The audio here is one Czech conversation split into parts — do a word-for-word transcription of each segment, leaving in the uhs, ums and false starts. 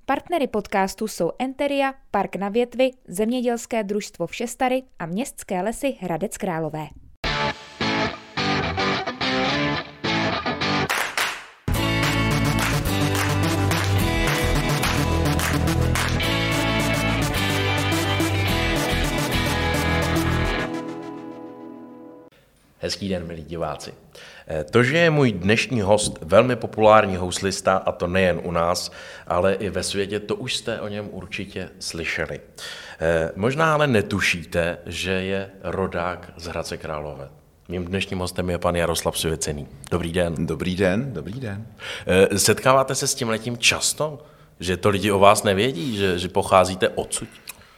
Partnery podcastu jsou Enteria, Park na Větvi, Zemědělské družstvo Všestary a Městské lesy Hradec Králové. Hezký den, milí diváci. To, že je můj dnešní host velmi populární houslista, a to nejen u nás, ale i ve světě, to už jste o něm určitě slyšeli. Možná ale netušíte, že je rodák z Hradce Králové. Mým dnešním hostem je pan Jaroslav Svěcený. Dobrý den. Dobrý den, dobrý den. Setkáváte se s tímhletím často? Že to lidi o vás nevědí, že, že pocházíte odsud?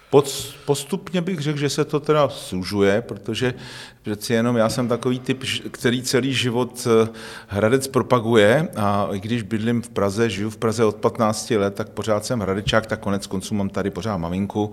Postupně bych řekl, že se to teda sužuje, protože přeci jenom já jsem takový typ, který celý život Hradec propaguje, a i když bydlím v Praze, žiju v Praze od patnácti let, tak pořád jsem Hradečák, tak konec konců mám tady pořád maminku,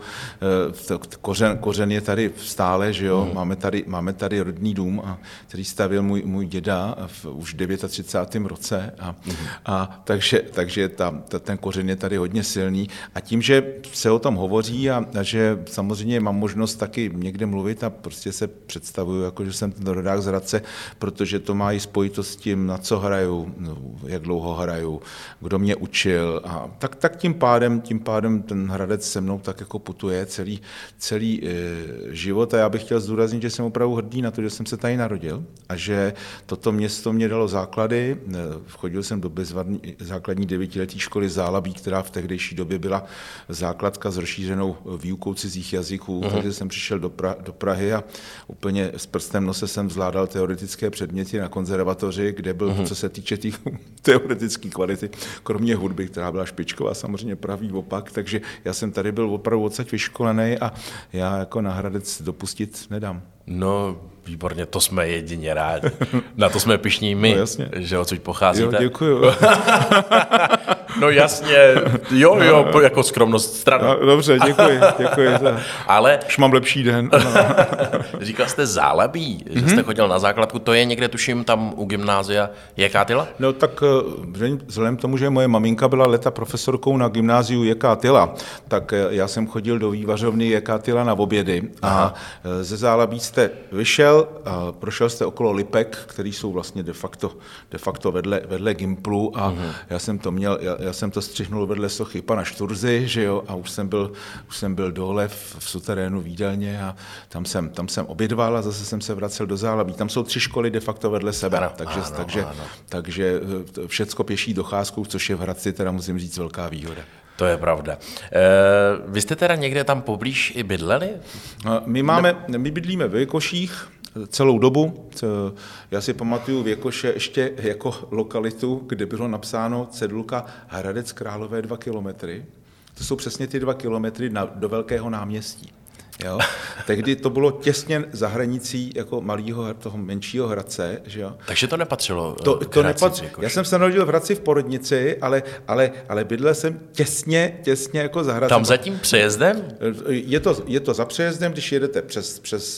kořen, kořen je tady stále, že jo, mm. máme, tady, máme tady rodný dům, a, který stavil můj, můj děda v už třicátém devátém roce, a, mm. a takže, takže ta, ta, ten kořen je tady hodně silný, a tím, že se o tom hovoří a, a že samozřejmě mám možnost taky někde mluvit a prostě se představuju, jako že jsem ten rodák z Hradce, protože to má i spojitost s tím, na co hraju, no, jak dlouho hraju, kdo mě učil, a tak, tak tím pádem, tím pádem ten Hradec se mnou tak jako putuje celý, celý e, život, a já bych chtěl zdůraznit, že jsem opravdu hrdý na to, že jsem se tady narodil a že toto město mě dalo základy. Chodil jsem do bezvadní základní devítileté školy Zálabí, která v tehdejší době byla základka s rozšířenou výukou cizích jazyků, uh-huh. takže jsem přišel do, pra, do Prahy a úplně s prstem v nose jsem zvládal teoretické předměty na konzervatoři, kde byl, uh-huh. co se týče té teoretické kvality, kromě hudby, která byla špičková, samozřejmě pravý opak, takže já jsem tady byl opravdu odsaď vyškolený a já jako na Hradec dopustit nedám. No, výborně, to jsme jedině rádi. Na to jsme pyšní my, no, že odsud pocházíte. Jo, děkuju. No jasně, jo, jo, no, jako skromnost stranou. No, dobře, děkuji, děkuji. Ale už mám lepší den. Říkal jste Zálabí, že mm-hmm. jste chodil na základku, to je někde, tuším, tam u gymnázia J K Tyla? No tak vzhledem k tomu, že moje maminka byla léta profesorkou na gymnáziu J K Tyla, tak já jsem chodil do vývařovny J K Tyla na obědy. Aha. A ze Zálabí jste vyšel, a prošel jste okolo Lipek, který jsou vlastně de facto, de facto vedle, vedle Gimplu, a mm-hmm. já jsem to měl, já, já jsem to střihnul vedle sochy pana Šturzy, že jo, a už jsem byl, už jsem byl dole v, v suterénu v jídelně a tam jsem, tam jsem obědval a zase jsem se vracel do Zálabí. Tam jsou tři školy de facto vedle sebe, ano, takže, ano, takže, ano. takže všecko pěší docházkou, což je v Hradci, teda musím říct, velká výhoda. To je pravda. E, vy jste teda někde tam poblíž i bydleli? My máme, my bydlíme v Jekoších celou dobu. Já si pamatuju v Jekoše ještě jako lokalitu, kde bylo napsáno cedulka Hradec Králové dva kilometry. To jsou přesně ty dva kilometry na, do Velkého náměstí. Jo? Tehdy to bylo těsně za hranicí jako malého, toho menšího Hradce. Že jo? Takže to nepatřilo to, k to Hradci, nepatř... Já jsem se narodil v Hradci v Porodnici, ale, ale, ale bydlel jsem těsně, těsně jako za Hradcem. Tam za tím přejezdem? Je to, je to za přejezdem, když jedete přes, přes,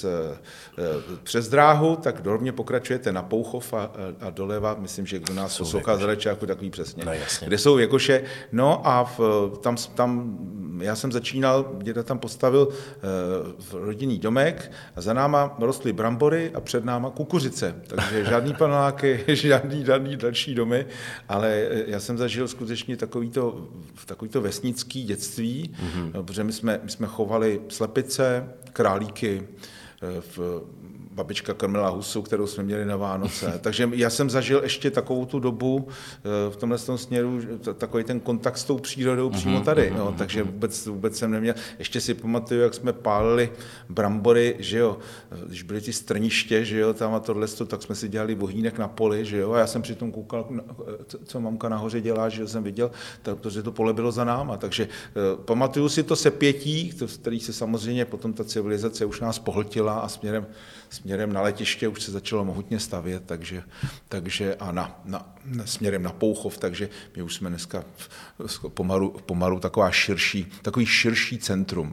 přes dráhu, tak dorovně pokračujete na Pouchov a, a doleva, myslím, že kdo nás poslouchá z Hradečáku, takový přesně. No, kde jsou Jekoše. No a v, tam, tam já jsem začínal, děda tam postavil v rodinný domek a za náma rostly brambory a před náma kukuřice. Takže žádný paneláky, žádný, žádný další domy, ale já jsem zažil skutečně takovýto, takovýto vesnický dětství, mm-hmm. protože my jsme, my jsme chovali slepice, králíky, v babička krmila husu, kterou jsme měli na Vánoce. Takže já jsem zažil ještě takovou tu dobu v tomhle směru, takový ten kontakt s tou přírodou přímo tady. No, takže vůbec, vůbec jsem neměl. Ještě si pamatuju, jak jsme pálili brambory, že jo, když byly ty strniště, že jo, tam a tohle, tak jsme si dělali bohýnek na poli, že jo, a já jsem přitom koukal, co mamka nahoře dělá, že jsem viděl, protože to pole bylo za náma. Takže pamatuju si to sepětí, který se samozřejmě potom ta civilizace už nás pohltila a směrem Směrem na letiště už se začalo mohutně stavět, takže, takže a na, na, směrem na Pouchov, takže my už jsme dneska pomalu, pomalu taková širší, takový širší centrum.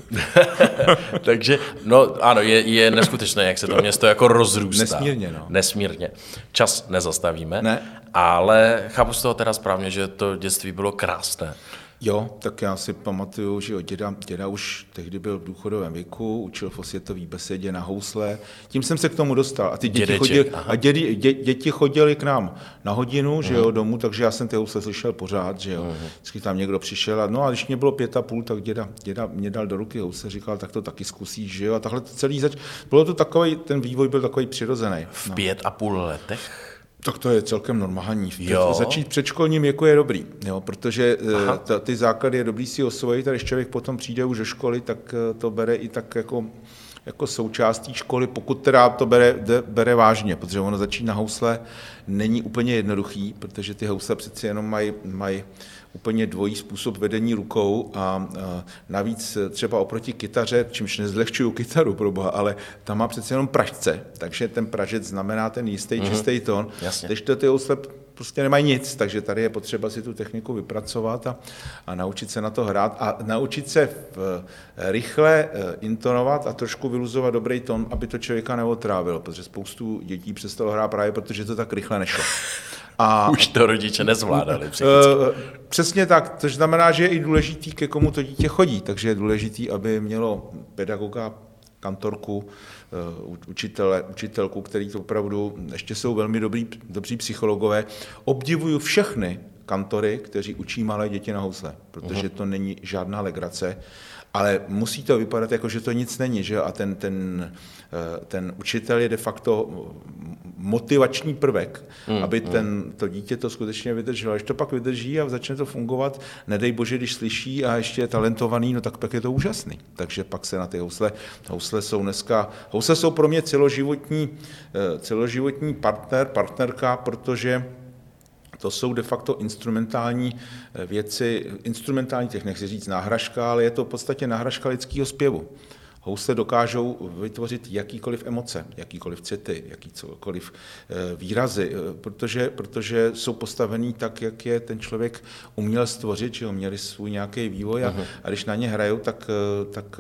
Takže, no ano, je, je neskutečné, jak se to město jako rozrůstá. Nesmírně, no. Nesmírně. Čas nezastavíme, ne. Ale chápu z toho teda správně, že to dětství bylo krásné. Jo, tak já si pamatuju, že jo, děda, děda už tehdy byl v důchodovém věku, učil v osvětové besedě na housle. Tím jsem se k tomu dostal. A ty děti, chodili, a dědi, dě, děti chodili k nám na hodinu, uh-huh. že jo, domů, takže já jsem ty housle slyšel pořád, že jo. Uh-huh. Vždycky tam někdo přišel a no a když mě bylo pět a půl, tak děda, děda mě dal do ruky housle, říkal, tak to taky zkusíš, že jo. A takhle to celý zač... Bylo to takový, ten vývoj byl takový přirozený. V no. pět a půl letech? Tak to je celkem normální. Jo. Začít předškolním věku je dobrý, jo, protože ta, ty základy je dobrý si osvojit, a když člověk potom přijde už do školy, tak to bere i tak jako, jako součástí školy, pokud teda to bere, de, bere vážně, protože ono začít na housle není úplně jednoduchý, protože ty housle přeci jenom mají maj úplně dvojí způsob vedení rukou a, a navíc třeba oproti kytaře, čímž nezlehčuju kytaru, proboha, ale tam má přeci jenom pražce, takže ten pražec znamená ten jistý, mm-hmm. čistý tón, když to ty housle prostě nemají nic, takže tady je potřeba si tu techniku vypracovat a, a naučit se na to hrát a naučit se v, rychle intonovat a trošku vyluzovat dobrý tón, aby to člověka neotrávilo, protože spoustu dětí přestalo hrát právě, protože to tak rychle nešlo. A už to rodiče nezvládali. Přesně tak, což znamená, že je i důležitý, ke komu to dítě chodí, takže je důležitý, aby mělo pedagoga, kantorku, učitele, učitelku, který to opravdu ještě jsou velmi dobrý, dobří psychologové. Obdivuju všechny kantory, kteří učí malé děti na housle, protože to není žádná legrace, ale musí to vypadat jako, že to nic není, že? A ten, ten, ten učitel je de facto motivační prvek, mm, aby ten, to dítě to skutečně vydrželo. Když to pak vydrží a začne to fungovat, nedej bože, když slyší a ještě je talentovaný, no tak pak je to úžasný. Takže pak se na ty housle, housle jsou dneska, housle jsou pro mě celoživotní, celoživotní partner, partnerka, protože to jsou de facto instrumentální věci, instrumentální těch, nechci říct náhražka, ale je to v podstatě náhražka lidského zpěvu. Housle dokážou vytvořit jakýkoliv emoce, jakýkoliv city, jakýkoliv výrazy, protože, protože jsou postavený tak, jak je ten člověk uměl stvořit, že měli svůj nějaký vývoj a, a když na ně hrajou, tak, tak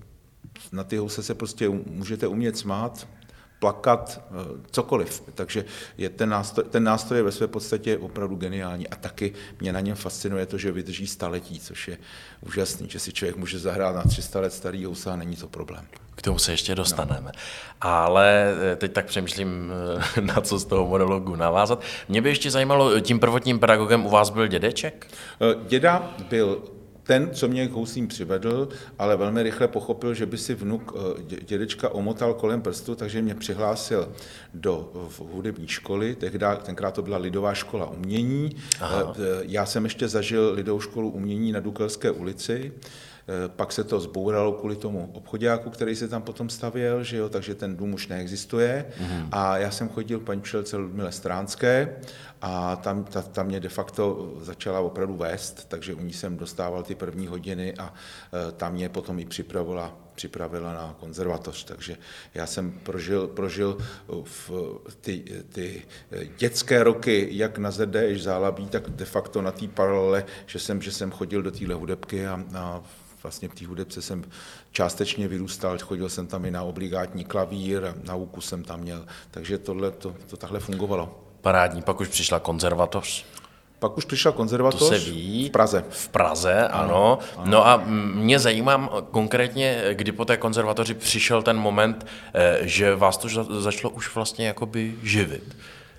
na ty housle se prostě můžete umět smát, plakat, cokoliv. Takže je ten, nástroj, ten nástroj je ve své podstatě opravdu geniální a taky mě na něm fascinuje to, že vydrží staletí, což je úžasný, že si člověk může zahrát na tři sta let starý housle a není to problém. K tomu se ještě dostaneme. No. Ale teď tak přemýšlím, na co z toho monologu navázat. Mě by ještě zajímalo, tím prvotním pedagogem u vás byl dědeček? Děda byl ten, co mě k houslím přivedl, ale velmi rychle pochopil, že by si vnuk dědečka omotal kolem prstu, takže mě přihlásil do hudební školy. Tehda, tenkrát to byla Lidová škola umění. Aha. Já jsem ještě zažil Lidovou školu umění na Dukelské ulici. Pak se to zbouralo kvůli tomu obchoďáku, který se tam potom stavěl, že jo, takže ten dům už neexistuje. Mm. A já jsem chodil k paní učitelce Ludmile Stránské a tam, ta, tam mě de facto začala opravdu vést, takže u ní jsem dostával ty první hodiny a tam mě potom i připravila, připravila na konzervatoř. Takže já jsem prožil, prožil v ty, ty dětské roky, jak na zet dé éš Zálabí, tak de facto na té paralele, že jsem, že jsem chodil do téhle hudebky a, a vlastně v té hudebce jsem částečně vyrůstal, chodil jsem tam i na obligátní klavír, nauku jsem tam měl, takže tohle, to, to takhle fungovalo. Parádní, pak už přišla konzervatoř. Pak už přišla konzervatoř to se ví, v Praze. V Praze, ano. ano. ano. No a mě zajímá konkrétně, kdy po té konzervatoři přišel ten moment, že vás to začalo už vlastně jakoby živit.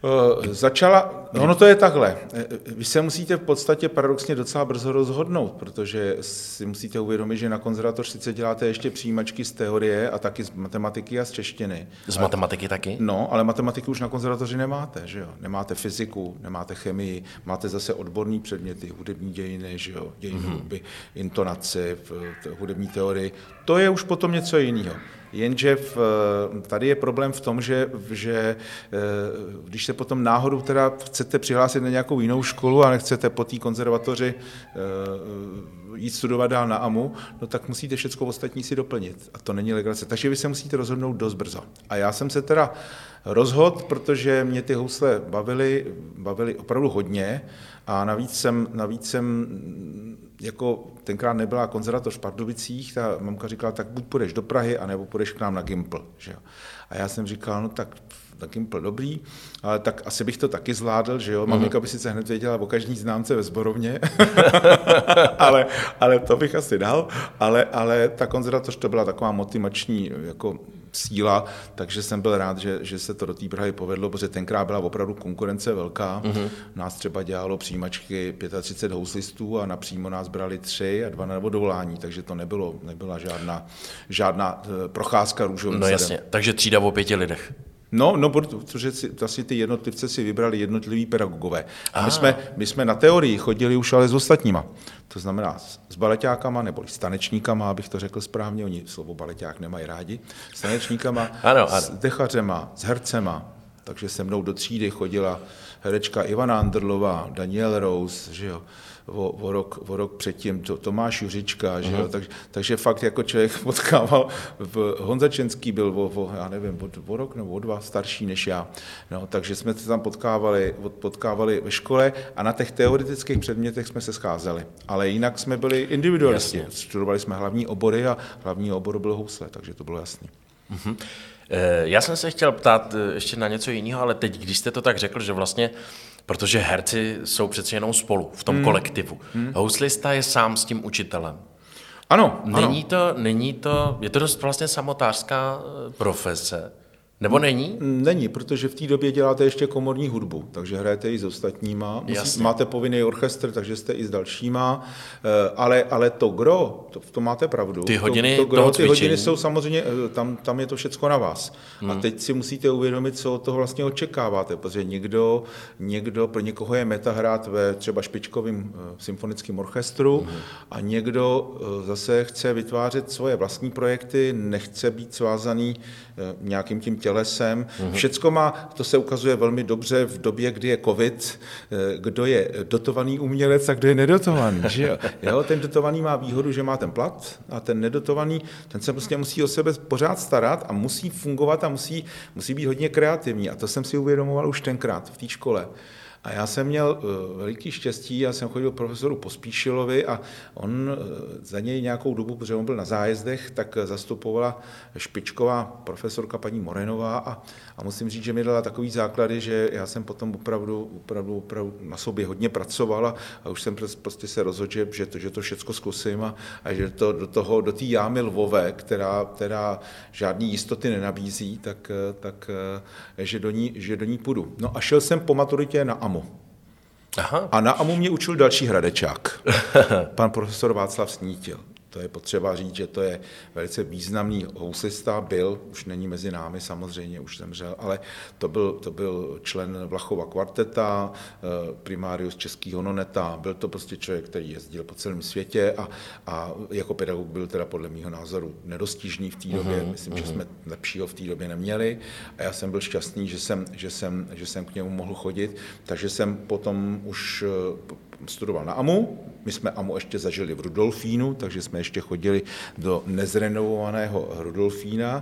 Začala, no, no to je takhle, vy se musíte v podstatě paradoxně docela brzo rozhodnout, protože si musíte uvědomit, že na konzervatoř sice děláte ještě přijímačky z teorie a taky z matematiky a z češtiny. Z matematiky taky? No, ale matematiku už na konzervatoři nemáte, že jo, nemáte fyziku, nemáte chemii, máte zase odborný předměty, hudební dějiny, že jo, dějiny mm-hmm. hudby, intonaci, hudební teorii, to je už potom něco jiného. Jenže v, tady je problém v tom, že, že když se potom náhodou teda chcete přihlásit na nějakou jinou školu a nechcete po té konzervatoři jít studovat dál na á mu, no tak musíte všechno ostatní si doplnit. A to není legrace. Takže vy se musíte rozhodnout dost brzo. A já jsem se teda rozhodl, protože mě ty housle bavily, bavily opravdu hodně a navíc jsem, navíc jsem jako tenkrát nebyla konzervatoř v Pardubicích, ta mamka říkala, tak buď půjdeš do Prahy, anebo půjdeš k nám na Gimpl. Že jo? A já jsem říkal, no tak taky byl dobrý, ale tak asi bych to taky zvládl, že jo, maminka by sice hned věděla o každý známce ve sborovně, ale, ale to bych asi dal, ale, ale ta konzervatoř to byla taková motivační jako síla, takže jsem byl rád, že, že se to do té Prahy povedlo, protože tenkrát byla opravdu konkurence velká. Mm-hmm. Nás třeba dělalo přijímačky třicet pět houslistů a napřímo nás brali tři a dva nebo dovolání, takže to nebylo, nebyla žádná, žádná procházka růžovým No sadem. jasně, takže třída o pěti lidech. No, no, protože si, vlastně ty jednotlivce si vybrali jednotliví pedagogové. A my jsme, my jsme na teorii chodili už ale s ostatníma. To znamená s baleťákama, nebo s tanečníkama, abych to řekl správně, oni slovo baleťák nemají rádi, s tanečníkama, ano, ano. s dechařema, s hercema. Takže se mnou do třídy chodila herečka Ivana Andrlová, Daniel Rose, že jo, o, o, rok, o rok předtím to, Tomáš Juřička, že jo, mm-hmm. tak, takže fakt jako člověk potkával, v, Honza Čenský byl o, o, já nevím, o, o rok nebo o dva starší než já, no, takže jsme se tam potkávali, potkávali ve škole a na těch teoretických předmětech jsme se scházeli, ale jinak jsme byli individualisti, jasně. Studovali jsme hlavní obory a hlavní obor byl housle, takže to bylo jasný. Mm-hmm. Já jsem se chtěl ptát ještě na něco jiného, ale teď, když jste to tak řekl, že vlastně, protože herci jsou přeci jenom spolu v tom hmm. kolektivu. Hmm. Houslista je sám s tím učitelem. Ano, není ano. To, není to, je to dost vlastně samotářská profese. Nebo není? Není, protože v té době děláte ještě komorní hudbu, takže hrajete i s ostatníma. Musí, máte povinný orchestr, takže jste i s dalšíma, ale, ale to gro, to, to máte pravdu. Ty hodiny to, to gro, toho ty hodiny jsou samozřejmě, tam, tam je to všecko na vás. Hmm. A teď si musíte uvědomit, co od toho vlastně očekáváte, protože někdo, někdo pro někoho je meta hrát ve třeba špičkovém symfonickém orchestru hmm. a někdo zase chce vytvářet svoje vlastní projekty, nechce být svázaný nějakým tím tělesem. Mm-hmm. Všecko má, to se ukazuje velmi dobře v době, kdy je covid, kdo je dotovaný umělec a kdo je nedotovaný. Že jo? Jo, ten dotovaný má výhodu, že má ten plat a ten nedotovaný, ten se prostě musí o sebe pořád starat a musí fungovat a musí, musí být hodně kreativní. A to jsem si uvědomoval už tenkrát v té škole. A já jsem měl uh, veliký štěstí, já jsem chodil k profesoru Pospíšilovi a on uh, za něj nějakou dobu, protože on byl na zájezdech, tak uh, zastupovala špičková profesorka paní Morenová a, a musím říct, že mi dala takový základy, že já jsem potom opravdu, opravdu, opravdu na sobě hodně pracoval a, a už jsem prostě se rozhodl, že, že, to, že to všecko zkusím a, a že to do toho, do té jámy lvové, která, která žádný jistoty nenabízí, tak, tak že, do ní, že do ní půjdu. No a šel jsem po maturitě na AMU. Aha. A na AMU mě učil další Hradečák, pan profesor Václav Snítil. To je potřeba říct, že to je velice významný houslista, byl, už není mezi námi samozřejmě, už zemřel, ale to byl, to byl člen Vlachova kvarteta, primárius Českého Noneta, byl to prostě člověk, který jezdil po celém světě a, a jako pedagog byl teda podle mého názoru nedostižný v té době, uh-huh, myslím, uh-huh. že jsme lepšího v té době neměli a já jsem byl šťastný, že jsem, že jsem, že jsem k němu mohl chodit, takže jsem potom už studoval na AMU, my jsme AMU ještě zažili v Rudolfínu, takže jsme ještě chodili do nezrenovovaného Rudolfína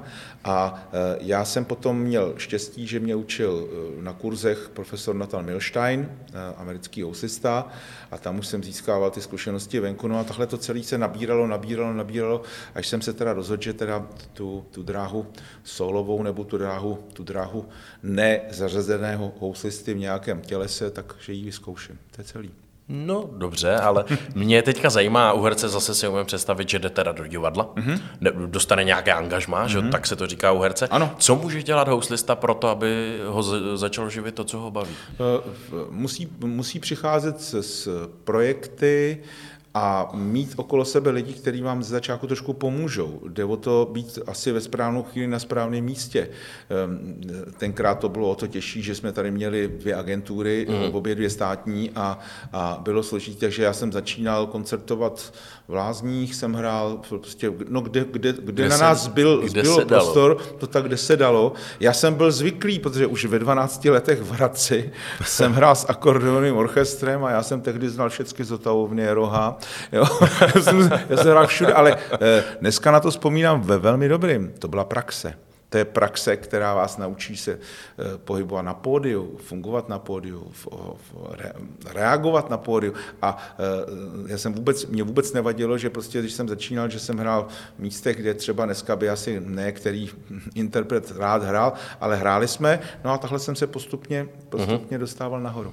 a já jsem potom měl štěstí, že mě učil na kurzech profesor Nathan Milstein, americký houslista, a tam už jsem získával ty zkušenosti venku, no a takhle to celé se nabíralo, nabíralo, nabíralo, až jsem se teda rozhodl, že teda tu, tu dráhu solovou nebo tu dráhu, tu dráhu nezařazeného houslisty v nějakém tělese, takže ji vyzkouším. To je celý. No dobře, ale mě teďka zajímá, u herce zase si umím představit, že jde teda do divadla, mm-hmm. dostane nějaké angažmá, mm-hmm. že tak se to říká u herce. Ano. Co může dělat houslista pro to, aby ho začal živit to, co ho baví? Musí, musí přicházet s, s projekty a mít okolo sebe lidi, kteří vám z začátku trošku pomůžou. Jde o to být asi ve správnou chvíli na správném místě. Tenkrát to bylo o to těžší, že jsme tady měli dvě agentury, mm. obě dvě státní a, a bylo složité, takže já jsem začínal koncertovat v Lázních, jsem hrál prostě, no kde, kde, kde, kde na nás byl, zbyl prostor, to tak, kde se dalo. Já jsem byl zvyklý, protože už ve dvanácti letech v Hradci jsem hrál s akordeonovým orchestrem a já jsem tehdy znal všechny Zotavovny, Roha. Jo, já jsem hrál všude, ale dneska na to vzpomínám ve velmi dobrým. To byla praxe. To je praxe, která vás naučí se pohybovat na pódiu, fungovat na pódiu, reagovat na pódiu. A já jsem vůbec, mě vůbec nevadilo, že prostě, když jsem začínal, že jsem hrál v místech, kde třeba dneska by asi ne, který interpret rád hrál, ale hráli jsme, no a takhle jsem se postupně, postupně mm-hmm. dostával nahoru.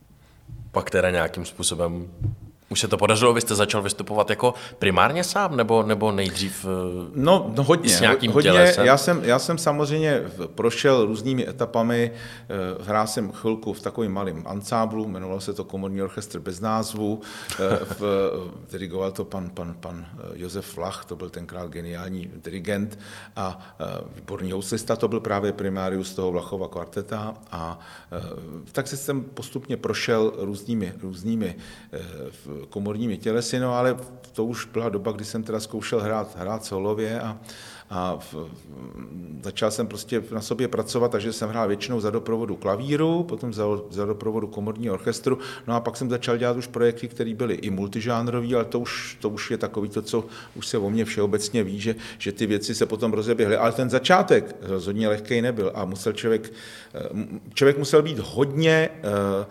Pak teda nějakým způsobem už se to podařilo, vy jste začal vystupovat jako primárně sám, nebo, nebo nejdřív no, no hodně, s nějakým hodně. tělesem? Já jsem, já jsem samozřejmě prošel různými etapami, hrál jsem chvilku v takovým malým ansáblu, jmenoval se to Komorní orchestr bez názvu, v, dirigoval to pan, pan, pan Josef Flach, to byl tenkrát geniální dirigent a výborný houslista, to byl právě primárius toho Vlachova kvarteta a tak se jsem postupně prošel různými, různými komorními tělesy, no ale to už byla doba, kdy jsem teda zkoušel hrát, hrát solově a, a v, začal jsem prostě na sobě pracovat, takže jsem hrál většinou za doprovodu klavíru, potom za, za doprovodu komorního orchestru, no a pak jsem začal dělat už projekty, které byly i multižánrový, ale to už, to už je takový to, co už se o mně všeobecně ví, že, že ty věci se potom rozeběhly, ale ten začátek rozhodně lehkej nebyl a musel člověk, člověk musel být hodně uh,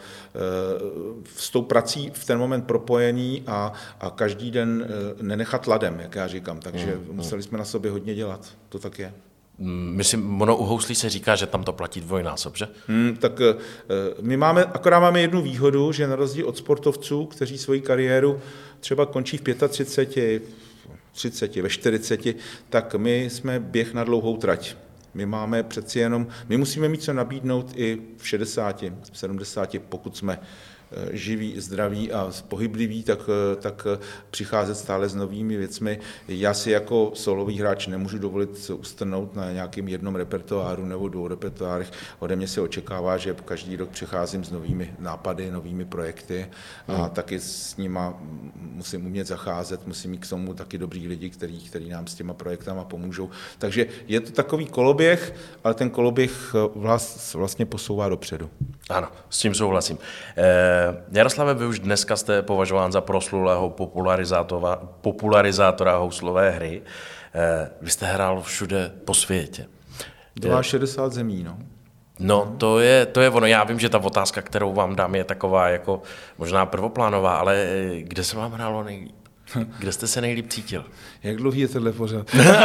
uh, s tou prací v ten moment propojený a, a každý den uh, nenechat ladem, jak já říkám, takže mm, museli jsme na sobě hodně dělat. To tak je. Myslím, ono u houslí se říká, že tam to platí dvojnásob, že? Hmm, tak my máme, akorát máme jednu výhodu, že na rozdíl od sportovců, kteří svoji kariéru třeba končí v třicet pět, třicet, ve čtyřicet, tak my jsme běh na dlouhou trať. My máme přeci jenom, my musíme mít co nabídnout i v šedesáti, sedmdesáti, pokud jsme živí, zdraví a pohybliví, tak, tak přicházet stále s novými věcmi. Já si jako solový hráč nemůžu dovolit ustrnout na nějakým jednom repertoáru nebo dvou repertoárech. Ode mě se očekává, že každý rok přicházím s novými nápady, novými projekty a hmm. taky s nima musím umět zacházet, musím mít k tomu taky dobrý lidi, který, který nám s těma projektama pomůžou. Takže je to takový koloběh, ale ten koloběh vlastně posouvá dopředu. Ano, s tím souhlasím. Eh, Jaroslave, vy už dneska jste považován za proslulého popularizátora, popularizátora houslové hry. Eh, vy jste hrál všude po světě. šedesát dva zemí, no. No, to je, to je ono. Já vím, že ta otázka, kterou vám dám, je taková jako možná prvoplánová, ale kde se vám hrálo nejlíp? Kde jste se nejlíp cítil? Jak dlouhý je tenhle pořad?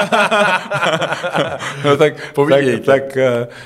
no tak, tak, tak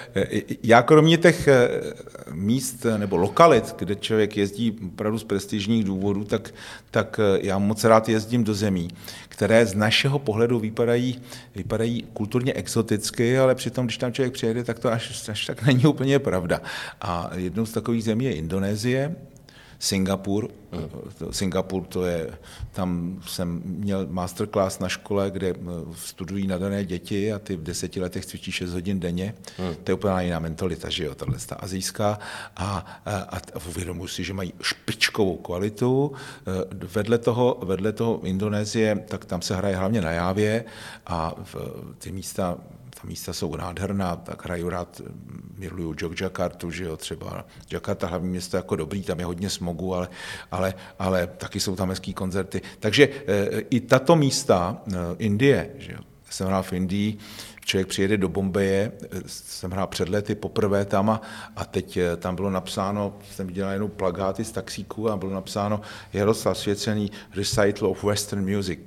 já kromě těch míst nebo lokalit, kde člověk jezdí opravdu z prestižních důvodů, tak, tak já moc rád jezdím do zemí, které z našeho pohledu vypadají, vypadají kulturně exoticky, ale přitom, když tam člověk přijede, tak to až, až tak není úplně pravda. A jednou z takových zemí je Indonésie, Singapur. Hmm. Singapur, to je, tam jsem měl masterclass na škole, kde studují nadané děti a ty v deseti letech cvičí šest hodin denně. Hmm. To je úplně jiná mentalita, že jo, tahle ta azijská. A, a, a uvědomuji si, že mají špičkovou kvalitu. Vedle toho, vedle toho Indonésie, tak tam se hraje hlavně na Jávě a v, ty místa Ta místa jsou nádherná, tak hraju rád, miluju Jogjakartu, že jo, třeba Jakarta, hlavní město jako dobrý, tam je hodně smogu, ale, ale, ale taky jsou tam hezký koncerty. Takže e, i tato místa, e, Indie, že jo, jsem hrál v Indii, člověk přijede do Bombeje, jsem hrál před lety poprvé tam a, a teď tam bylo napsáno, jsem viděl jenom plakáty z taxíku a bylo napsáno Jaroslav Svěcený Recital of Western Music.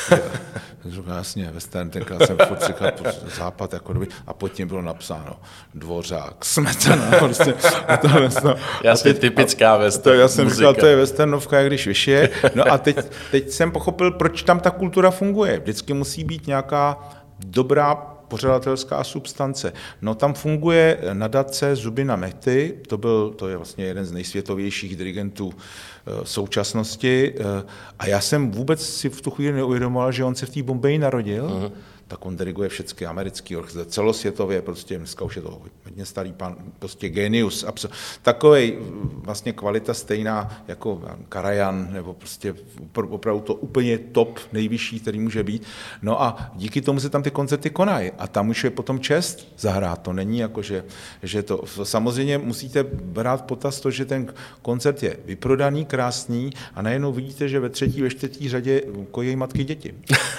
Říkal, jasně, Western, tenkrát jsem furt říkal západ jako doby a pod tím bylo napsáno Dvořák, Smetana. Prostě, to, jasně, typická western. Já jsem muzika. Říkal, to je westernovka, jak když vyšije. No a teď, teď jsem pochopil, proč tam ta kultura funguje. Vždycky musí být nějaká dobrá pořadatelská substance. No tam funguje nadace Zubina Mehty, to, byl, to je vlastně jeden z nejsvětovějších dirigentů e, současnosti e, a já jsem vůbec si v tu chvíli neuvědomoval, že on se v té Bombeji narodil, uh-huh. tak on diriguje všechny americký orchestr, celosvětově, prostě dneska už je to hodně starý pan, prostě genius, takovej vlastně kvalita stejná jako Karajan, nebo prostě opravdu to úplně top, nejvyšší, který může být. No a díky tomu se tam ty koncerty konají a tam už je potom čest zahrát, to není jako, že, že to, samozřejmě musíte brát potaz to, že ten koncert je vyprodaný, krásný a najednou vidíte, že ve třetí, ve čtvrtý řadě kojí matky děti.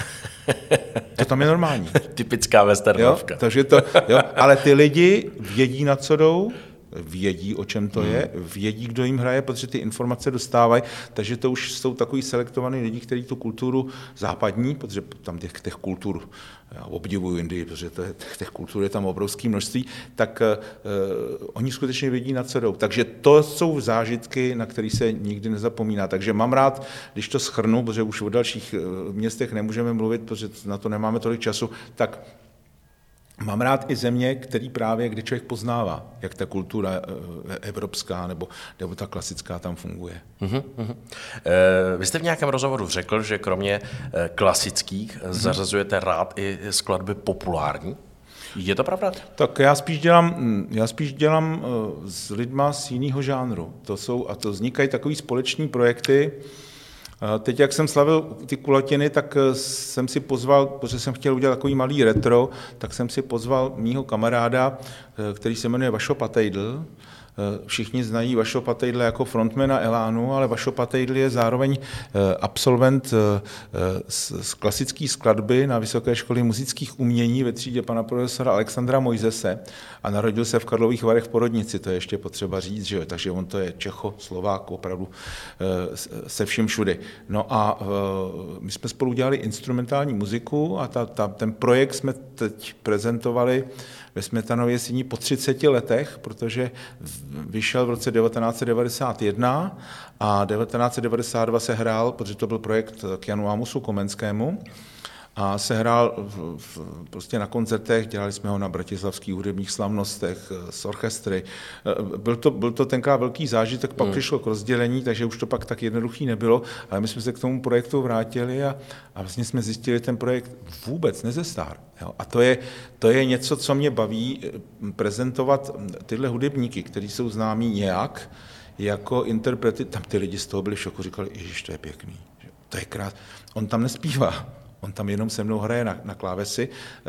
To tam je normální. Typická westernovka. Jo? Takže to, jo? Ale ty lidi vědí, na co jdou, vědí, o čem to hmm. je, vědí, kdo jim hraje, protože ty informace dostávají, takže to už jsou takový selektovaný lidi, kteří tu kulturu západní, protože tam těch, těch kultur, já obdivuju Indii, protože to je, těch kultur je tam obrovské množství, tak uh, oni skutečně vědí, na co jdou. Takže to jsou zážitky, na které se nikdy nezapomíná. Takže mám rád, když to shrnu, protože už o dalších městech nemůžeme mluvit, protože na to nemáme tolik času, tak mám rád i země, který právě, kde člověk poznává, jak ta kultura evropská nebo, nebo ta klasická tam funguje. Uh-huh, uh-huh. E, vy jste v nějakém rozhovoru řekl, že kromě klasických uh-huh. zařazujete rád i skladby populární. Je to pravda? Tak já spíš dělám, já spíš dělám s lidma z jiného žánru. To jsou, a to vznikají takový společní projekty. Teď, jak jsem slavil ty kulatiny, tak jsem si pozval, protože jsem chtěl udělat takový malý retro, tak jsem si pozval mýho kamaráda, který se jmenuje Vašo Patejdl. Všichni znají Vašo Patejdla jako frontmana Elánu, ale Vašo Patejdl je zároveň absolvent z klasické skladby na Vysoké školy muzických umění ve třídě pana profesora Alexandra Mojzese a narodil se v Karlových Varech v Porodnici, to je ještě potřeba říct, že jo? Takže on to je Čecho, Slovák, opravdu se vším všudy. No a my jsme spolu dělali instrumentální muziku a ta, ta, ten projekt jsme teď prezentovali ve Smetanově síni po třiceti letech, protože vyšel v roce devatenáct set devadesát jedna a devatenáct set devadesát dva se hrál, protože to byl projekt k Janu Amusu Komenskému, a se hrál v, v, prostě na koncertech, dělali jsme ho na bratislavských hudebních slavnostech s orchestry. Byl to, byl to tenkrát velký zážitek, pak hmm. přišlo k rozdělení, takže už to pak tak jednoduchý nebylo, ale my jsme se k tomu projektu vrátili a, a vlastně jsme zjistili, že ten projekt vůbec nezestár. Jo? A to je, to je něco, co mě baví, prezentovat tyhle hudebníky, kteří jsou známí nějak, jako interprety. Tam ty lidi z toho byli v šoku, říkali, ježiš, to je pěkný, to je krát. On tam nespívá. On tam jenom se mnou hraje na, na klávesi,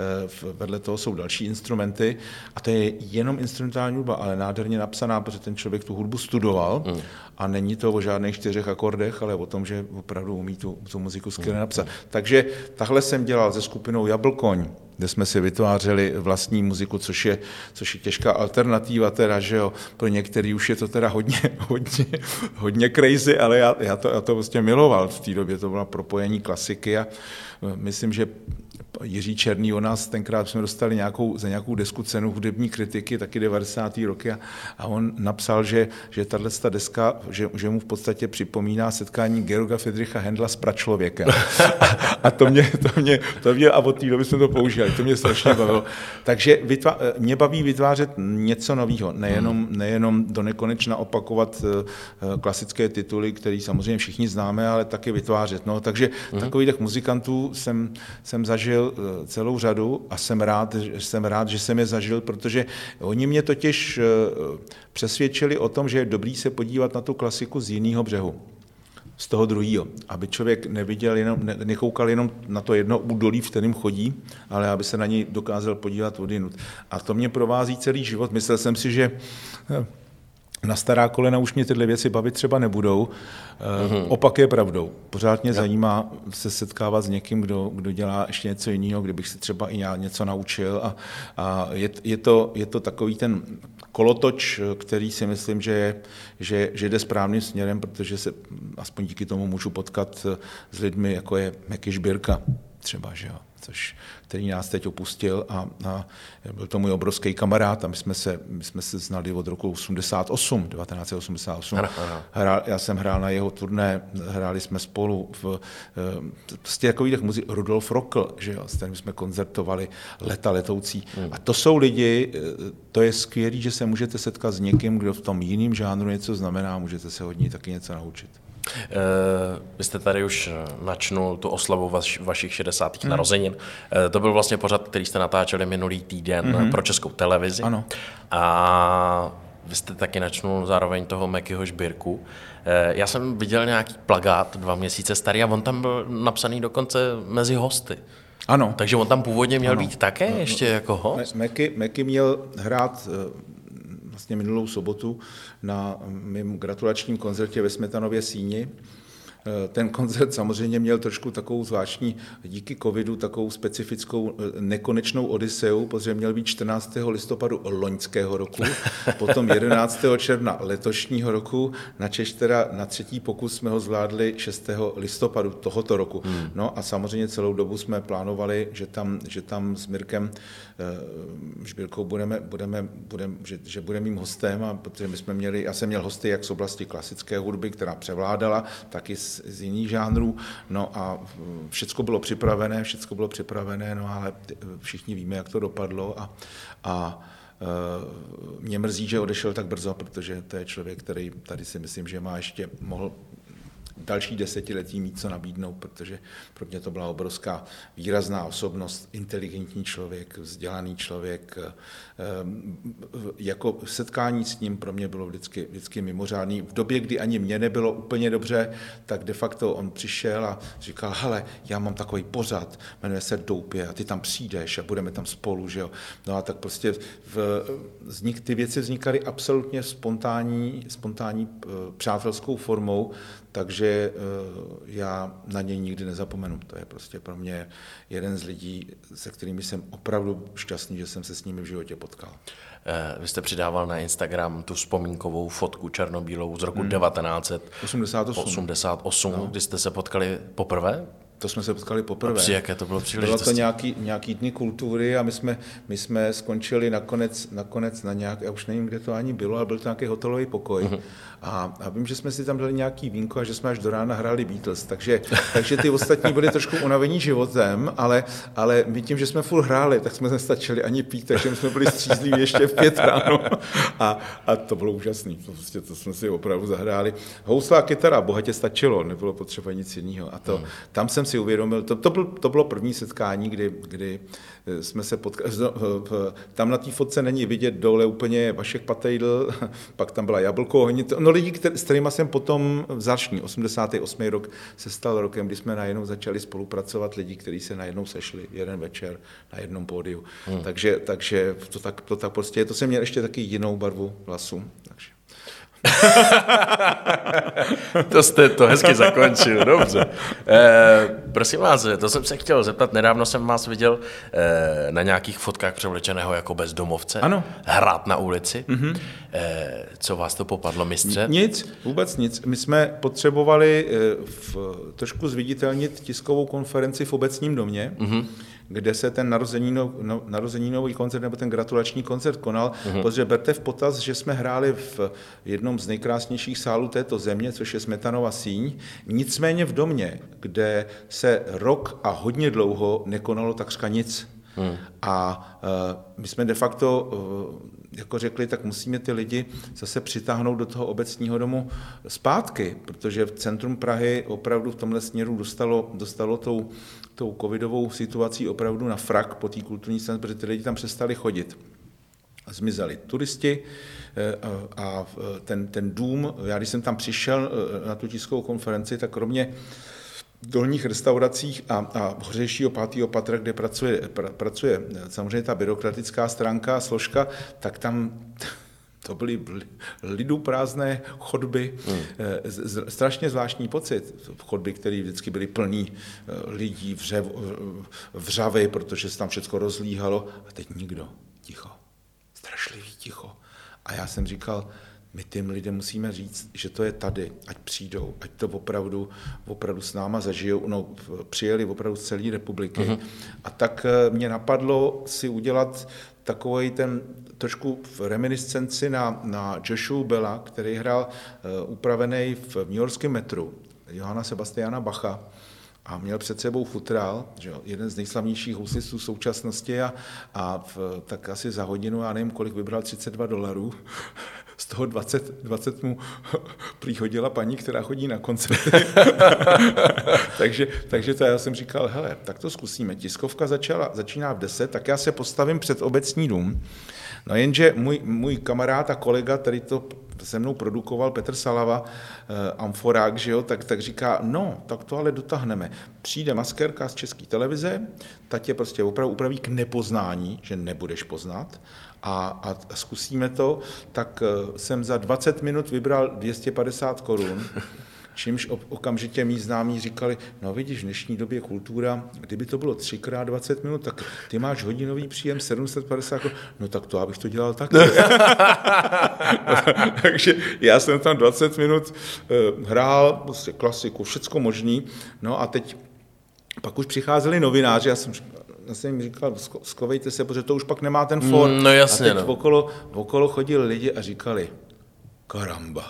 vedle toho jsou další instrumenty a to je jenom instrumentální hudba, ale nádherně napsaná, protože ten člověk tu hudbu studoval mm. a není to o žádných čtyřech akordech, ale o tom, že opravdu umí tu, tu muziku skvěle napsat. Mm. Takže tahle jsem dělal se skupinou Jablkoň, kde jsme si vytvářeli vlastní muziku, což je, což je těžká alternativa teda, že jo, pro některý už je to teda hodně, hodně, hodně crazy, ale já, já, to, já to vlastně miloval v té době, to bylo propojení klasiky a myslím, že Jiří Černý o nás tenkrát jsme dostali nějakou, za nějakou desku cenu hudební kritiky, taky devadesátých roky a, a on napsal, že, že tato deska, že, že mu v podstatě připomíná setkání Georga Friedricha Händla s pračlověkem. A, a to mě, to mě, to mě, a od té doby jsme to používali, to mě strašně bavilo. Takže vytvá, mě baví vytvářet něco nového, nejenom, nejenom do nekonečna opakovat klasické tituly, které samozřejmě všichni známe, ale taky vytvářet. No, takže mm. takových muzikantů jsem, jsem zažil celou řadu a jsem rád, jsem rád, že jsem je zažil, protože oni mě totiž přesvědčili o tom, že je dobrý se podívat na tu klasiku z jiného břehu, z toho druhého, aby člověk neviděl jenom, ne, nekoukal jenom na to jedno údolí, v kterém chodí, ale aby se na něj dokázal podívat odjinud. A to mě provází celý život. Myslel jsem si, že na stará kolena už mě tyhle věci bavit třeba nebudou. Mm-hmm. Opak je pravdou. Pořád mě ja. zajímá se setkávat s někým, kdo, kdo dělá ještě něco jiného, kdybych se třeba i já něco naučil. A, a je, je, to, je to takový ten kolotoč, který si myslím, že, je, že, že jde správným směrem, protože se aspoň díky tomu můžu potkat s lidmi, jako je Meky Žbírka třeba, že jo, což, který nás teď opustil a, a byl to můj obrovský kamarád a my jsme se, my jsme se znali od roku osmdesát osm, devatenáct set osmdesát osm. Ano, ano. Hrál, já jsem hrál na jeho turné, hráli jsme spolu v prostě takových muzik, Rudolf Rockl, že jo, s kterým jsme koncertovali, Leta letoucí. Hmm. A to jsou lidi, to je skvělý, že se můžete setkat s někým, kdo v tom jiném žánru něco znamená, můžete se od něj taky něco naučit. Uh, vy jste tady už načnul tu oslavu vaš, vašich šedesátých hmm. narozenin. Uh, to byl vlastně pořad, který jste natáčeli minulý týden hmm. pro Českou televizi. Ano. A vy jste taky načnul zároveň toho Mekyho Žbírku. Uh, já jsem viděl nějaký plakát dva měsíce starý a on tam byl napsaný dokonce mezi hosty. Ano. Takže on tam původně měl ano. být také no, ještě no, jako host? Meky, Meky měl hrát vlastně minulou sobotu na mým gratulačním koncertě ve Smetanově síni. Ten koncert samozřejmě měl trošku takovou zvláštní, díky covidu, takovou specifickou nekonečnou odyseu, protože měl být čtrnáctého listopadu loňského roku, potom jedenáctého června letošního roku, načež teda na třetí pokus jsme ho zvládli šestého listopadu tohoto roku. Hmm. No a samozřejmě celou dobu jsme plánovali, že tam, že tam s Mirkem Žbírkou budeme, budeme, budeme že, že bude mým hostem, a protože my jsme měli, já jsem měl hosty jak z oblasti klasické hudby, která převládala, tak i z, z jiných žánrů, no a všecko bylo připravené, všecko bylo připravené, no ale všichni víme, jak to dopadlo a, a mě mrzí, že odešel tak brzo, protože to je člověk, který tady si myslím, že má ještě mohl další desetiletí mít co nabídnout, protože pro mě to byla obrovská výrazná osobnost, inteligentní člověk, vzdělaný člověk. Jako setkání s ním pro mě bylo vždycky, vždycky mimořádný. V době, kdy ani mě nebylo úplně dobře, tak de facto on přišel a říkal, hele, já mám takový pořad, jmenuje se Doupě a ty tam přijdeš a budeme tam spolu, že jo. No a tak prostě v, vznik, ty věci vznikaly absolutně spontánní, spontánní přátelskou formou, takže já na něj nikdy nezapomenu. To je prostě pro mě jeden z lidí, se kterými jsem opravdu šťastný, že jsem se s nimi v životě potkal. Vy jste přidával na Instagram tu vzpomínkovou fotku černobílou z roku hmm. devatenáct set osmdesát osm, no. Kdy jste se potkali poprvé? To jsme se potkali poprvé. A při jaké to bylo příležitosti? Bylo to nějaký, nějaký dny kultury a my jsme, my jsme skončili nakonec, nakonec na nějak, já už nevím, kde to ani bylo, ale byl to nějaký hotelový pokoj. Uh-huh. A, a vím, že jsme si tam dali nějaký vínko a že jsme až do rána hráli Beatles, takže, takže ty ostatní byli trošku unavení životem, ale, ale my tím, že jsme furt hráli, tak jsme nestačili ani pít, takže jsme byli střízliví ještě v pět ráno a, a to bylo úžasné, to, prostě, to jsme si opravdu zahráli. Housla a kytara bohatě stačilo, nebylo potřeba nic jiného a to, uh-huh. tam jsem si uvědomil, to, to, byl, to bylo první setkání, kdy, kdy jsme se potkali, tam na té fotce není vidět dole úplně Vašek Patejdl, pak tam byla Jablko, no lidi, který, s kterými jsem potom začný, osmdesátý osmý rok se stal rokem, kdy jsme najednou začali spolupracovat lidi, kteří se najednou sešli jeden večer na jednom pódiu. Hmm. Takže, takže to tak, to tak prostě, to jsem měl ještě taky jinou barvu vlasů, takže. To jste to hezky zakončil, dobře. E, prosím vás, to jsem se chtěl zeptat, nedávno jsem vás viděl e, na nějakých fotkách převlečeného jako bezdomovce, ano. Hrát na ulici. Mm-hmm. E, co vás to popadlo, mistře? Nic, vůbec nic. My jsme potřebovali v, trošku zviditelnit tiskovou konferenci v Obecním domě, mm-hmm. kde se ten narozeníno, no, narozeninový koncert nebo ten gratulační koncert konal, mm-hmm. protože berte v potaz, že jsme hráli v jednom z nejkrásnějších sálů této země, což je Smetanova síň, nicméně v domě, kde se rok a hodně dlouho nekonalo takřka nic. Mm. A uh, my jsme de facto uh, jako řekli, tak musíme ty lidi zase přitáhnout do toho obecního domu zpátky, protože v centrum Prahy opravdu v tomhle směru dostalo, dostalo tou, tou covidovou situací opravdu na frak po té kulturní scéně, protože ty lidi tam přestali chodit. Zmizeli turisti a ten, ten dům, já když jsem tam přišel na tu tiskovou konferenci, tak kromě dolních restauracích a, a hořejšího pátého patra, kde pracuje, pra, pracuje samozřejmě ta byrokratická stránka a složka, tak tam to byly lidu prázdné chodby, hmm. z, strašně zvláštní pocit. Chodby, které vždycky byly plný lidí, vřev, vřavy, protože se tam všechno rozlíhalo a teď nikdo, ticho, strašlivý ticho. A já jsem říkal, my těm lidem musíme říct, že to je tady, ať přijdou, ať to opravdu, opravdu s náma zažijou, no, přijeli opravdu z celé republiky. Uh-huh. A tak mě napadlo si udělat takový ten trošku v reminiscenci na, na Joshua Bella, který hrál uh, upravený v newyorském metru, Johanna Sebastiana Bacha, a měl před sebou futrál, že jo, jeden z nejslavnějších houslistů současnosti a, a v, tak asi za hodinu, já nevím kolik, vybral třicet dva dolarů, z toho dvacet, dvacet mu prý hodila paní, která chodí na koncerty. takže, takže to já jsem říkal, hele, tak to zkusíme. Tiskovka začala, začíná v deset, tak já se postavím před Obecní dům. No jenže můj, můj kamarád a kolega, který to se mnou produkoval, Petr Salava, eh, Amforák, že jo, tak, tak říká, no, tak to ale dotáhneme. Přijde maskérka z České televize, ta tě prostě opravdu upraví k nepoznání, že nebudeš poznat, a, a zkusíme to, tak jsem za dvacet minut vybral dvě stě padesát korun čímž okamžitě mí známí říkali, no vidíš, v dnešní době kultura, kdyby to bylo třikrát dvacet minut, tak ty máš hodinový příjem sedm set padesát, no tak to, abych to dělal taky. Takže já jsem tam dvacet minut hrál, prostě klasiku, všecko možný, no a teď pak už přicházeli novináři, já jsem Já jsem jim říkal, skovejte se, protože to už pak nemá ten for. No jasně, a teď no. okolo, okolo chodili lidi a říkali, karamba,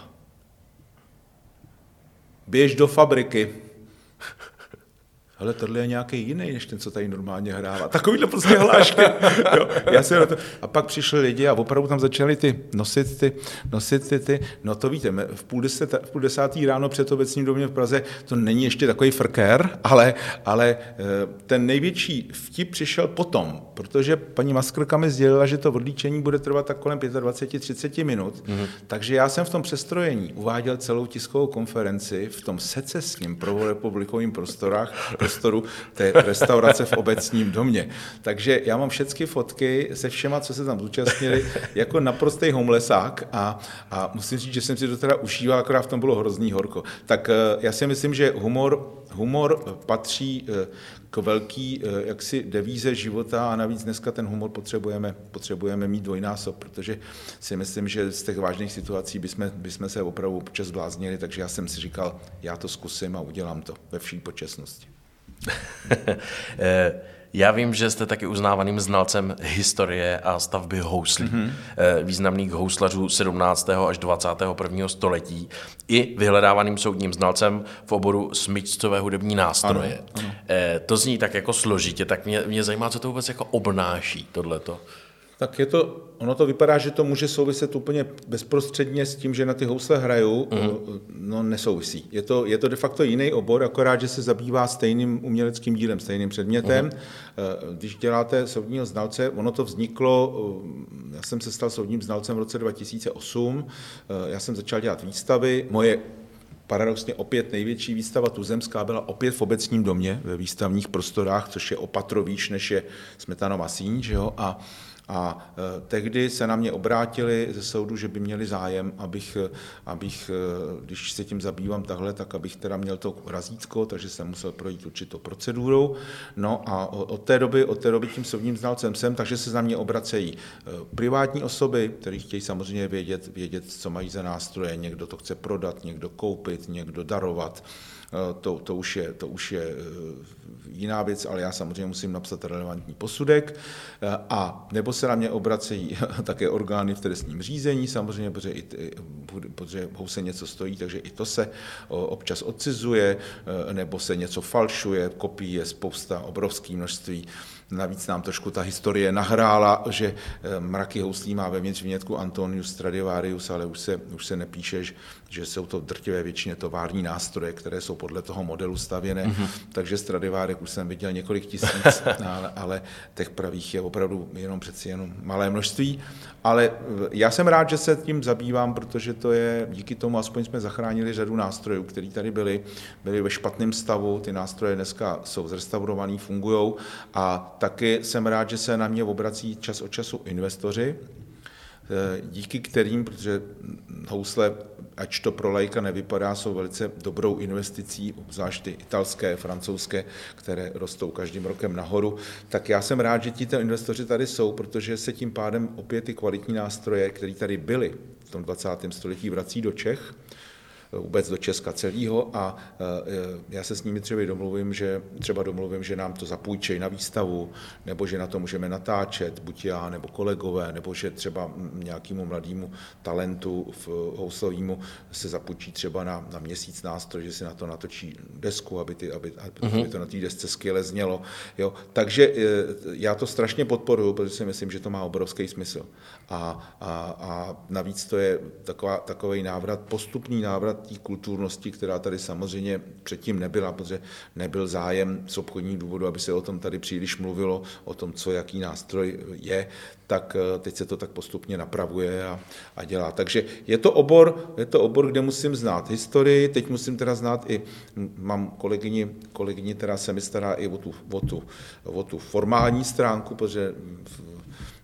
běž do fabriky. Ale tohle je nějaký jiný, než ten, co tady normálně hrává. Takovýhle prostě hlášky. Jo, já jsem na to... A pak přišli lidi a opravdu tam začali ty nosit ty, nosit ty, ty. No to víte, v půl, deset, v půl desátý ráno před obecním domě v Praze to není ještě takový frkér, ale, ale ten největší vtip přišel potom, protože paní Maskrka mi sdělila, že to odlíčení bude trvat tak kolem dvacet pět třicet minut, mm-hmm. takže já jsem v tom přestrojení uváděl celou tiskovou konferenci v tom secesním prvorepublikovým prostorách, prostoru té restaurace v obecním domě. Takže já mám všechny fotky se všema, co se tam zúčastnili, jako naprostý homelessák a, a musím říct, že jsem si to teda užíval, akorát v tom bylo hrozný horko. Tak já si myslím, že humor, humor patří k velký jaksi devíze života a navíc dneska ten humor potřebujeme, potřebujeme mít dvojnásob, protože si myslím, že z těch vážných situací bychom, bychom se opravdu občas bláznili, takže já jsem si říkal, já to zkusím a udělám to ve vší počestnosti. Já vím, že jste taky uznávaným znalcem historie a stavby houslí, mm-hmm. významných houslařů sedmnáctého až dvacátého prvního století i vyhledávaným soudním znalcem v oboru smyčcové hudební nástroje. Ano, ano. To zní tak jako složitě, tak mě, mě zajímá, co to vůbec jako obnáší tohleto. Tak je to, ono to vypadá, že to může souviset úplně bezprostředně s tím, že na ty housle hraju, mm. no nesouvisí. Je to, je to de facto jiný obor, akorát, že se zabývá stejným uměleckým dílem, stejným předmětem. Mm. Když děláte soudního znalce, ono to vzniklo, já jsem se stal soudním znalcem v roce dva tisíce osm, já jsem začal dělat výstavy, moje paradoxně opět největší výstava tuzemská byla opět v obecním domě, ve výstavních prostorách, což je o patro výš, než je Smetanova síň, že jo, a A tehdy se na mě obrátili ze soudu, že by měli zájem, abych, abych, když se tím zabývám takhle, tak abych teda měl to razítko, takže jsem musel projít určitou procedurou. No a od té doby, od té doby tím soudním znalcem jsem, takže se na mě obracejí privátní osoby, které chtějí samozřejmě vědět, vědět, co mají za nástroje. Někdo to chce prodat, někdo koupit, někdo darovat. To, to, už je, to už je jiná věc, ale já samozřejmě musím napsat relevantní posudek. A nebo se na mě obracejí také orgány v trestním řízení, samozřejmě, protože, i, protože house něco stojí, takže i to se občas odcizuje, nebo se něco falšuje, kopií je spousta, obrovské množství. Navíc nám trošku ta historie nahrála, že mraky houslí má vevnitř vinětku Antonius Stradivarius, ale už se, už se nepíše, že jsou to drtivé většině tovární nástroje, které jsou podle toho modelu stavěné, mm-hmm. takže Stradivarius už jsem viděl několik tisíc, ale, ale těch pravých je opravdu jenom přeci jenom malé množství. Ale já jsem rád, že se tím zabývám, protože to je, díky tomu aspoň jsme zachránili řadu nástrojů, které tady byly, byly ve špatném stavu, ty nástroje dneska jsou zrestaurovaný, fungujou a taky jsem rád, že se na mě obrací čas od času investoři, díky kterým, protože housle, ač to pro laika nevypadá, jsou velice dobrou investicí, obzvlášť ty italské, francouzské, které rostou každým rokem nahoru, tak já jsem rád, že ti investoři tady jsou, protože se tím pádem opět ty kvalitní nástroje, které tady byly v tom dvacátém století, vrací do Čech, vůbec do Česka celého a já se s nimi třeba domluvím, že, třeba domluvím, že nám to zapůjčejí na výstavu, nebo že na to můžeme natáčet, buď já, nebo kolegové, nebo že třeba nějakému mladému talentu houslovému se zapůjčí třeba na, na měsíc nástroj, že si na to natočí desku, aby, ty, aby, aby to na té desce skvěle znělo. Jo. Takže já to strašně podporuji, protože si myslím, že to má obrovský smysl. A, a, a navíc to je taková, takový návrat, postupný návrat té kulturnosti, která tady samozřejmě předtím nebyla, protože nebyl zájem z obchodních důvodů, aby se o tom tady příliš mluvilo, o tom, co jaký nástroj je, tak teď se to tak postupně napravuje a, a dělá. Takže je to obor, je to obor, kde musím znát historii, teď musím teda znát i, mám kolegyni, kolegyni která se mi stará i o tu, o tu, o tu formální stránku, protože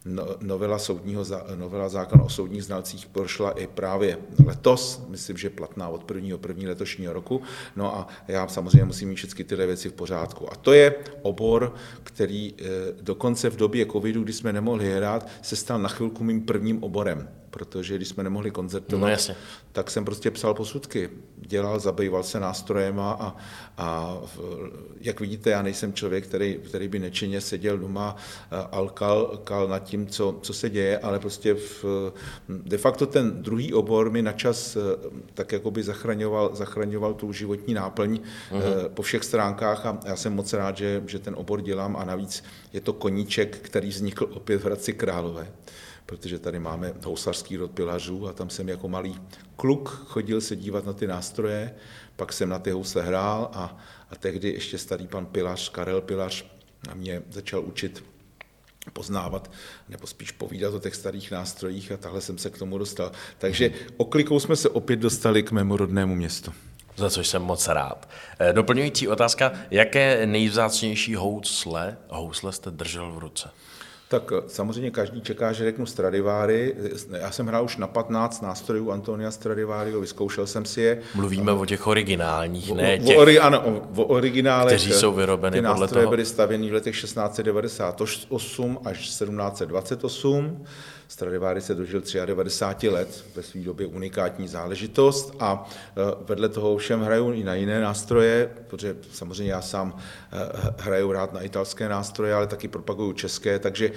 no, novela, soudního, novela zákona o soudních znalcích prošla i právě letos, myslím, že platná od prvního prvního letošního roku, no a já samozřejmě musím mít všechny tyhle věci v pořádku. A to je obor, který dokonce v době covidu, kdy jsme nemohli hrát, se stal na chvilku mým prvním oborem, protože když jsme nemohli koncertovat, no, tak jsem prostě psal posudky, dělal, zabýval se nástrojema a, a jak vidíte, já nejsem člověk, který, který by nečinně seděl doma a lkal, kal nad tím, co, co se děje, ale prostě v, de facto ten druhý obor mi načas tak jakoby zachraňoval, zachraňoval tu životní náplň uh-huh. po všech stránkách a já jsem moc rád, že, že ten obor dělám a navíc je to koníček, který vznikl opět v Hradci Králové, protože tady máme houslařský rod pilařů a tam jsem jako malý kluk chodil se dívat na ty nástroje, pak jsem na ty housle hrál a, a tehdy ještě starý pan pilař, Karel Pilař, a mě začal učit poznávat, nebo spíš povídat o těch starých nástrojích a takhle jsem se k tomu dostal. Takže oklikou jsme se opět dostali k mému rodnému městu. Za což jsem moc rád. Doplňující otázka, jaké nejvzácnější housle, housle jste držel v ruce? Tak samozřejmě každý čeká, že řeknu Stradivari. Já jsem hrál už na patnáct nástrojů Antonia Stradivariho, vyzkoušel jsem si je. Mluvíme o těch originálních, ne o, těch, o, ano, o, o originálech. Kteří jsou vyrobeny ty podle toho. Ty nástroje byly stavěny v letech šestnáct set devadesát osm až sedmnáct set dvacet osm. Stradivari se dožil devadesát tři let, ve své době unikátní záležitost a vedle toho všem hraju i na jiné nástroje, protože samozřejmě já sám hraju rád na italské nástroje, ale taky propaguju české, takže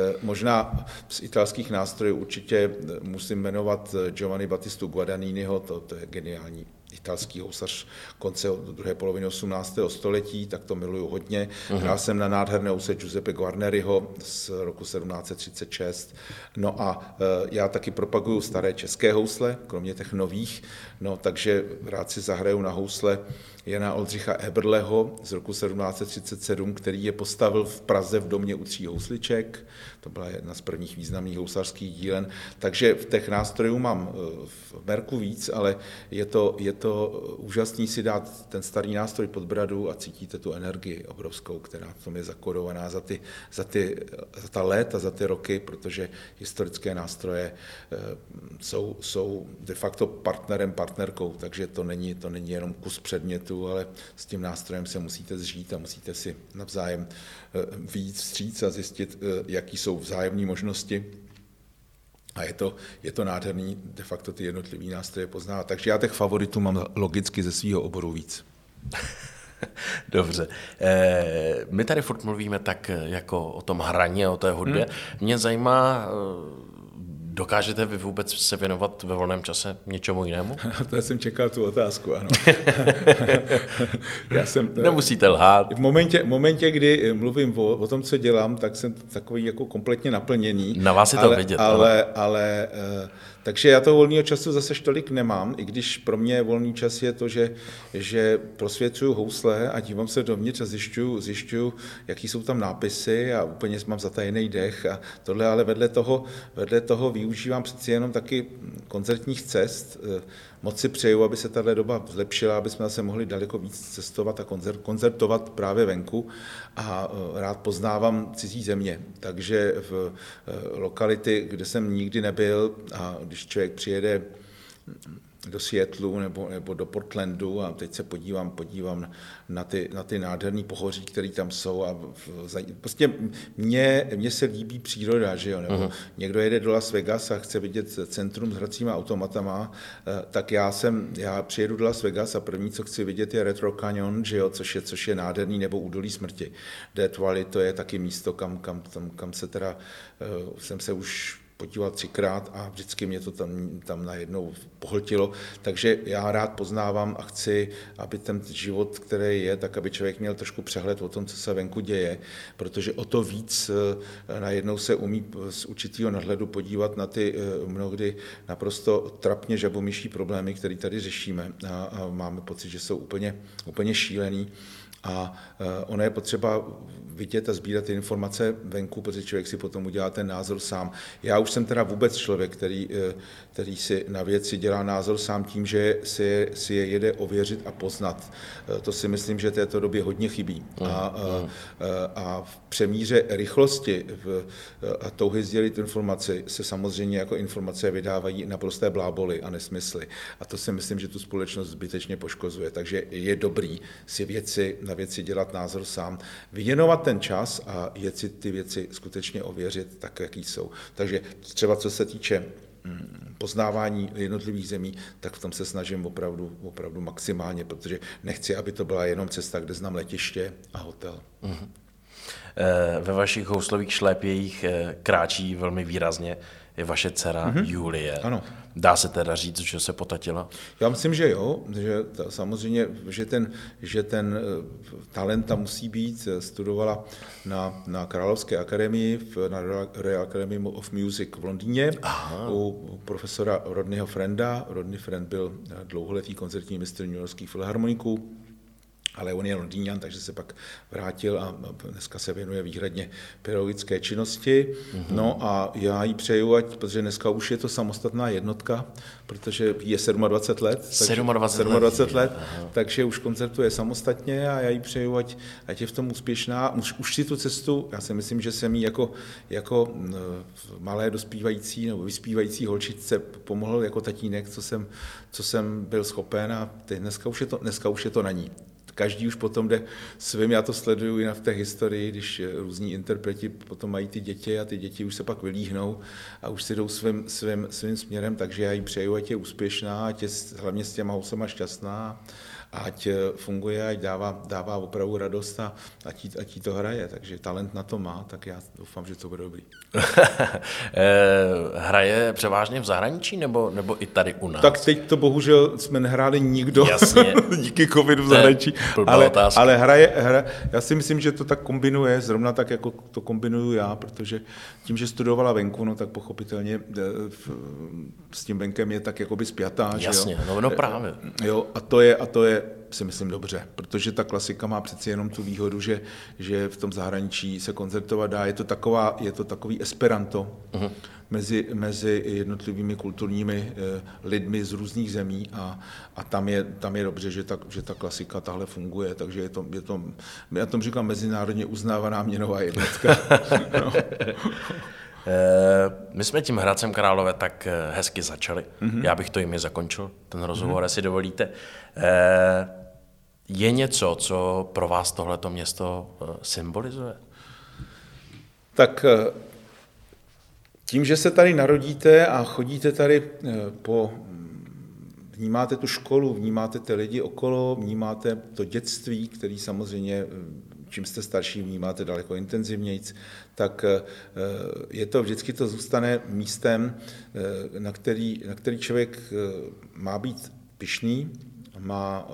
možná z italských nástrojů určitě musím jmenovat Giovanni Battistu Guadagniniho, to, to je geniální italský housař konce druhé poloviny osmnáctého století, tak to miluju hodně. Uh-huh. Hrál jsem na nádherné housle Giuseppe Guarneriho z roku sedmnáct set třicet šest. No a e, já taky propaguju staré české housle, kromě těch nových, no takže rád si zahraju na housle Jana Oldřicha Eberleho z roku sedmnáct set třicet sedm, který je postavil v Praze v domě u tří housliček. To byla jedna z prvních významných housařských dílen. Takže v těch nástrojů mám v merku víc, ale je to, je to úžasný si dát ten starý nástroj pod bradu a cítíte tu energii obrovskou, která v tom je zakodovaná za, ty, za, ty, za ta léta, za ty roky, protože historické nástroje jsou, jsou de facto partnerem, partnerkou, takže to není, to není jenom kus předmětu, ale s tím nástrojem se musíte zžít a musíte si navzájem vyjít vstříc a zjistit, jaký jsou vzájemné možnosti. A je to, je to nádherný de facto ty jednotlivý nástroje poznávat. Takže já těch favoritů mám logicky ze svého oboru víc. Dobře. My tady furt mluvíme tak jako o tom hraní a o té hudbě. Hmm. Mě zajímá, dokážete vy vůbec se věnovat ve volném čase něčemu jinému? To jsem čekal tu otázku, ano. Já jsem, Nemusíte lhát. V momentě, v momentě, kdy mluvím o, o tom, co dělám, tak jsem takový jako kompletně naplněný. Na vás je to ale, vidět. Ale, ale, ale, takže já toho volného času zase tolik nemám, i když pro mě volný čas je to, že, že prosvěcuju housle a dívám se dovnitř a zjišťuju, zjišťuju, jaký jsou tam nápisy a úplně mám zatajený dech a tohle, ale vedle toho, vedle toho využívám přeci jenom taky koncertních cest. Moc si přeju, aby se tato doba zlepšila, aby jsme zase mohli daleko víc cestovat a koncert, koncertovat právě venku a rád poznávám cizí země. Takže v lokality, kde jsem nikdy nebyl a když člověk přijede do Seattlu nebo, nebo do Portlandu a teď se podívám, podívám na ty, na ty nádherné pohoří, které tam jsou a v, prostě mně, mně se líbí příroda, že jo, nebo uh-huh. někdo jede do Las Vegas a chce vidět centrum s hracíma automatama, tak já jsem, já přijedu do Las Vegas a první, co chci vidět, je Retro Canyon, že jo, což je, což je nádherný, nebo Údolí smrti. Death Valley, to je taky místo, kam, kam, tam, kam se teda, uh, jsem se už podíval třikrát a vždycky mě to tam, tam najednou pohltilo. Takže já rád poznávám a chci, aby ten život, který je, tak aby člověk měl trošku přehled o tom, co se venku děje, protože o to víc najednou se umí z určitého nadhledu podívat na ty mnohdy naprosto trapně žabomyší problémy, které tady řešíme a, a máme pocit, že jsou úplně, úplně šílený. A ono je potřeba vidět a sbírat ty informace venku, protože člověk si potom udělá ten názor sám. Já už jsem teda vůbec člověk, který, který si na věci dělá názor sám tím, že si je, si je jede ověřit a poznat. To si myslím, že této době hodně chybí. A, a, a v přemíře rychlosti v, a touhy sdělit informaci se samozřejmě jako informace vydávají naprosté bláboly a nesmysly. A to si myslím, že tu společnost zbytečně poškozuje. Takže je dobrý si věci, na věci dělat názor sám, věnovat ten čas a jet si ty věci skutečně ověřit tak, jaký jsou. Takže třeba co se týče poznávání jednotlivých zemí, tak v tom se snažím opravdu, opravdu maximálně, protože nechci, aby to byla jenom cesta, kde znám letiště a hotel. Mm-hmm. Ve vašich houslových šlépějích kráčí velmi výrazně je vaše dcera mm-hmm. Julie. Ano. Dá se teda říct, že se potatila? Já myslím, že jo, že ta, samozřejmě, že ten, že ten talent tam musí být. Studovala na, na Královské akademii, na Royal Academy of Music v Londýně. Aha. U profesora Rodneyho Frienda. Rodney Friend byl dlouholetý koncertní mistr newyorských filharmoniků, ale on je Londýňan, takže se pak vrátil a dneska se věnuje výhradně pedagogické činnosti. Mm-hmm. No a já jí přeju, ať, protože dneska už je to samostatná jednotka, protože je dvacet sedm let. sedmdesát let, takže už koncertuje samostatně a já jí přeju, ať, ať je v tom úspěšná. Už, už si tu cestu, já si myslím, že jsem jí jako, jako malé dospívající nebo vyspívající holčičce pomohl jako tatínek, co jsem, co jsem byl schopen a teď dneska už je to, dneska už je to na ní. Každý už potom jde svým, já to sleduju i v té historii, když různí interpreti potom mají ty děti a ty děti už se pak vylíhnou a už si jdou svým, svým, svým směrem, takže já jí přeju, ať je úspěšná, ať je hlavně s těma housama šťastná, ať funguje, ať dává, dává opravdu radost a ať jí, ať jí to hraje. Takže talent na to má, tak já doufám, že to bude dobrý. Hraje převážně v zahraničí nebo, nebo i tady u nás? Tak teď to bohužel jsme nehráli nikdo. Jasně. Díky covidu v zahraničí. Ale, ale hraje, hra, já si myslím, že to tak kombinuje, zrovna tak, jako to kombinuju já, protože tím, že studovala venku, no tak pochopitelně s tím venkem je tak jakoby spjatá. Jasně, že jo? no, no právě. Jo, a to je, a to je si myslím dobře, protože ta klasika má přeci jenom tu výhodu, že, že v tom zahraničí se koncertovat dá. Je to, taková, je to takový esperanto uh-huh. mezi, mezi jednotlivými kulturními eh, lidmi z různých zemí a, a tam, je, tam je dobře, že ta, že ta klasika tahle funguje, takže je to, je to, já tomu říkám, mezinárodně uznávaná měnová jednotka. No. My jsme tím Hradcem Králové tak hezky začali. Mm-hmm. Já bych to jimi zakončil, ten rozhovor, mm-hmm. jestli dovolíte. Je něco, co pro vás tohleto město symbolizuje? Tak tím, že se tady narodíte a chodíte tady po... Vnímáte tu školu, vnímáte ty lidi okolo, vnímáte to dětství, který samozřejmě, čím jste starší, vnímáte daleko intenzivnějc, tak je to, vždycky to zůstane místem, na který, na který člověk má být pyšný, má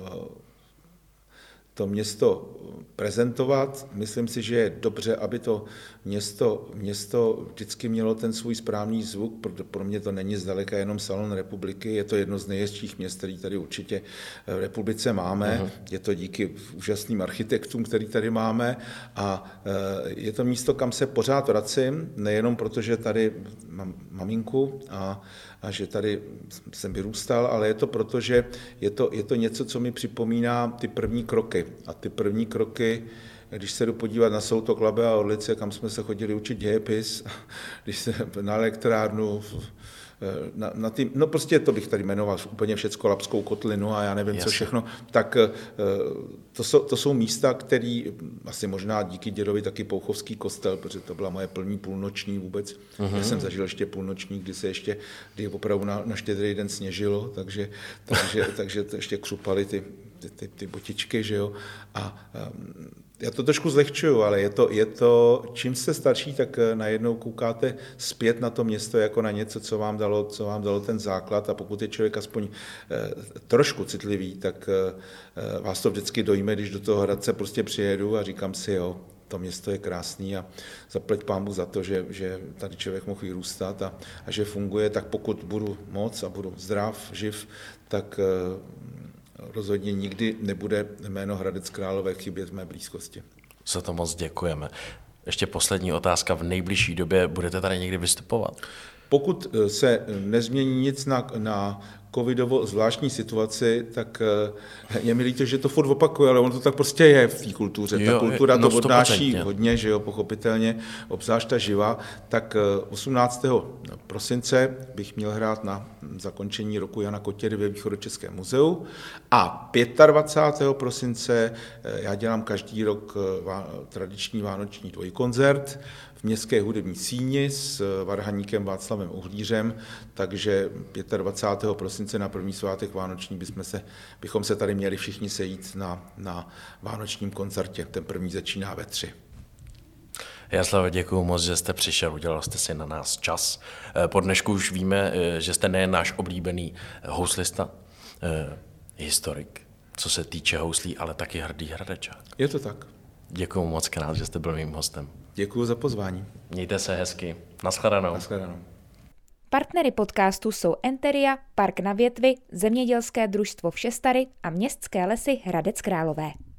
to město prezentovat. Myslím si, že je dobře, aby to město, město vždycky mělo ten svůj správný zvuk, protože pro mě to není zdaleka jenom salon republiky, je to jedno z nejhezčích měst, který tady určitě v republice máme. Aha. Je to díky úžasným architektům, který tady máme a je to místo, kam se pořád vracím, nejenom proto, že tady mám maminku a a že tady jsem vyrůstal, ale je to proto, že je to, je to něco, co mi připomíná ty první kroky. A ty první kroky, když se jdu podívat na Soutok, Labe a Orlice, kam jsme se chodili učit dějepis, když se na elektrárnu, na, na tý, no prostě to bych tady jmenoval úplně všecko, Labskou kotlinu a já nevím, Jasně. co všechno, tak to jsou, to jsou místa, které asi možná díky dědovi taky Pouchovský kostel, protože to byla moje první půlnoční vůbec, uh-huh. já jsem zažil ještě půlnoční, kdy se ještě, kdy opravdu na, na Štědrý den sněžilo, takže, takže, takže to ještě křupaly ty, ty, ty, ty botičky, že jo, a um, já to trošku zlehčuju, ale je to, je to, čím jste starší, tak najednou koukáte zpět na to město jako na něco, co vám dalo, co vám dalo ten základ a pokud je člověk aspoň eh, trošku citlivý, tak eh, vás to vždycky dojme, když do toho Hradce prostě přijedu a říkám si, jo, to město je krásný a zaplať pánbu za to, že, že tady člověk mohl vyrůstat a, a že funguje, tak pokud budu moc a budu zdrav, živ, tak eh, rozhodně nikdy nebude jméno Hradec Králové chybět v mé blízkosti. Za to moc děkujeme. Ještě poslední otázka. V nejbližší době budete tady někdy vystupovat? Pokud se nezmění nic na, na covidovo zvláštní situaci, tak je mi líto, že to furt opakuje, ale ono to tak prostě je v té kultuře. Ta jo, kultura no to odnáší hodně, že jo, pochopitelně, obzvlášť ta živa. Tak osmnáctého prosince bych měl hrát na zakončení roku Jana Kotěry ve Východočeském muzeu a dvacátého pátého prosince já dělám každý rok tradiční vánoční dvojkoncert v Městské hudební síni s varhaníkem Václavem Uhlířem, takže dvacátého pátého prosince na první svátek vánoční bychom se, bychom se tady měli všichni sejít na, na vánočním koncertě. Ten první začíná ve tři. Jaroslave, děkuji moc, že jste přišel, udělal jste si na nás čas. Po dnešku už víme, že jste nejen náš oblíbený houslista, historik, co se týče houslí, ale taky hrdý hradečák. Je to tak. Děkuji moc krát, že jste byl mým hostem. Děkuji za pozvání. Mějte se hezky. Naschledanou. Naschledanou. Partnery podcastu jsou Enteria, Park na větvi, Zemědělské družstvo Všestary a Městské lesy Hradec Králové.